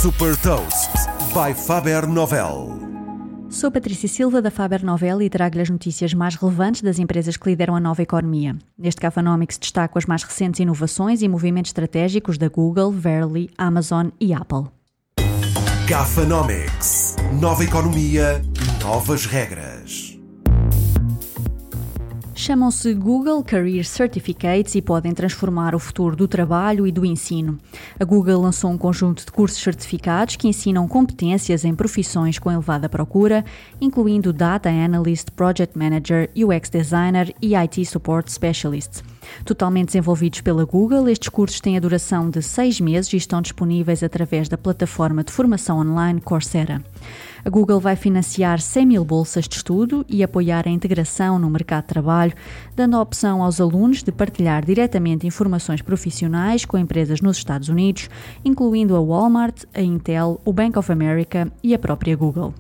Super Toast by Faber Novel. Sou Patrícia Silva da Faber Novel e trago-lhe as notícias mais relevantes das empresas que lideram a nova economia. Neste Gafanomics destaco as mais recentes inovações e movimentos estratégicos da Google, Verily, Amazon e Apple. Gafanomics. Nova economia, novas regras. Chamam-se Google Career Certificates e podem transformar o futuro do trabalho e do ensino. A Google lançou um conjunto de cursos certificados que ensinam competências em profissões com elevada procura, incluindo Data Analyst, Project Manager, UX Designer e IT Support Specialist. Totalmente desenvolvidos pela Google, estes cursos têm a duração de 6 meses e estão disponíveis através da plataforma de formação online Coursera. A Google vai financiar 100 mil bolsas de estudo e apoiar a integração no mercado de trabalho, dando a opção aos alunos de partilhar diretamente informações profissionais com empresas nos Estados Unidos, incluindo a Walmart, a Intel, o Bank of America e a própria Google.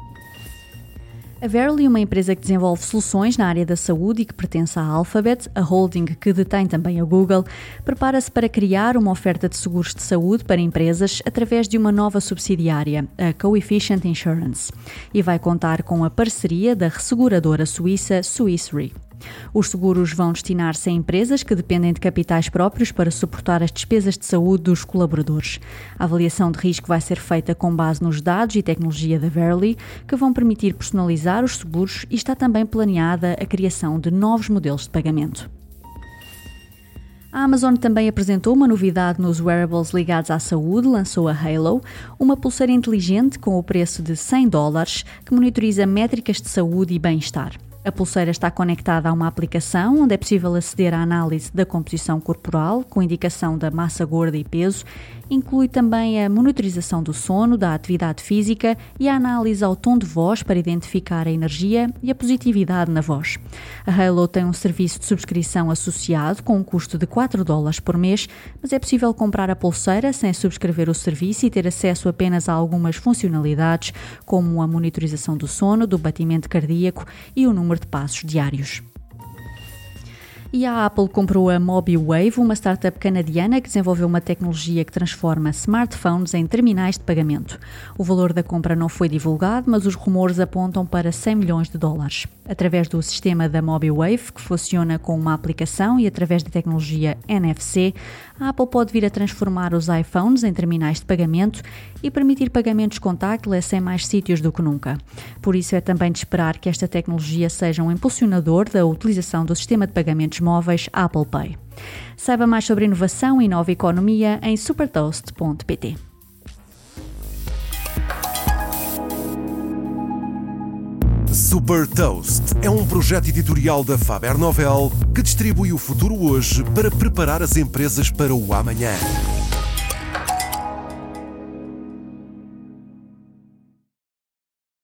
A Verily, uma empresa que desenvolve soluções na área da saúde e que pertence à Alphabet, a holding que detém também a Google, prepara-se para criar uma oferta de seguros de saúde para empresas através de uma nova subsidiária, a Coefficient Insurance, e vai contar com a parceria da resseguradora suíça Swiss Re. Os seguros vão destinar-se a empresas que dependem de capitais próprios para suportar as despesas de saúde dos colaboradores. A avaliação de risco vai ser feita com base nos dados e tecnologia da Verily, que vão permitir personalizar os seguros, e está também planeada a criação de novos modelos de pagamento. A Amazon também apresentou uma novidade nos wearables ligados à saúde, lançou a Halo, uma pulseira inteligente com o preço de $100 que monitoriza métricas de saúde e bem-estar. A pulseira está conectada a uma aplicação onde é possível aceder à análise da composição corporal, com indicação da massa gorda e peso, inclui também a monitorização do sono, da atividade física e a análise ao tom de voz para identificar a energia e a positividade na voz. A Halo tem um serviço de subscrição associado com um custo de $4 por mês, mas é possível comprar a pulseira sem subscrever o serviço e ter acesso apenas a algumas funcionalidades, como a monitorização do sono, do batimento cardíaco e o número de passos diários. E a Apple comprou a MobiWave, uma startup canadiana que desenvolveu uma tecnologia que transforma smartphones em terminais de pagamento. O valor da compra não foi divulgado, mas os rumores apontam para $100 milhões. Através do sistema da MobiWave, que funciona com uma aplicação e através da tecnologia NFC, a Apple pode vir a transformar os iPhones em terminais de pagamento e permitir pagamentos contactless em mais sítios do que nunca. Por isso é também de esperar que esta tecnologia seja um impulsionador da utilização do sistema de pagamentos móveis Apple Pay. Saiba mais sobre inovação e nova economia em supertoast.pt. Super Toast é um projeto editorial da Faber Novel que distribui o futuro hoje para preparar as empresas para o amanhã.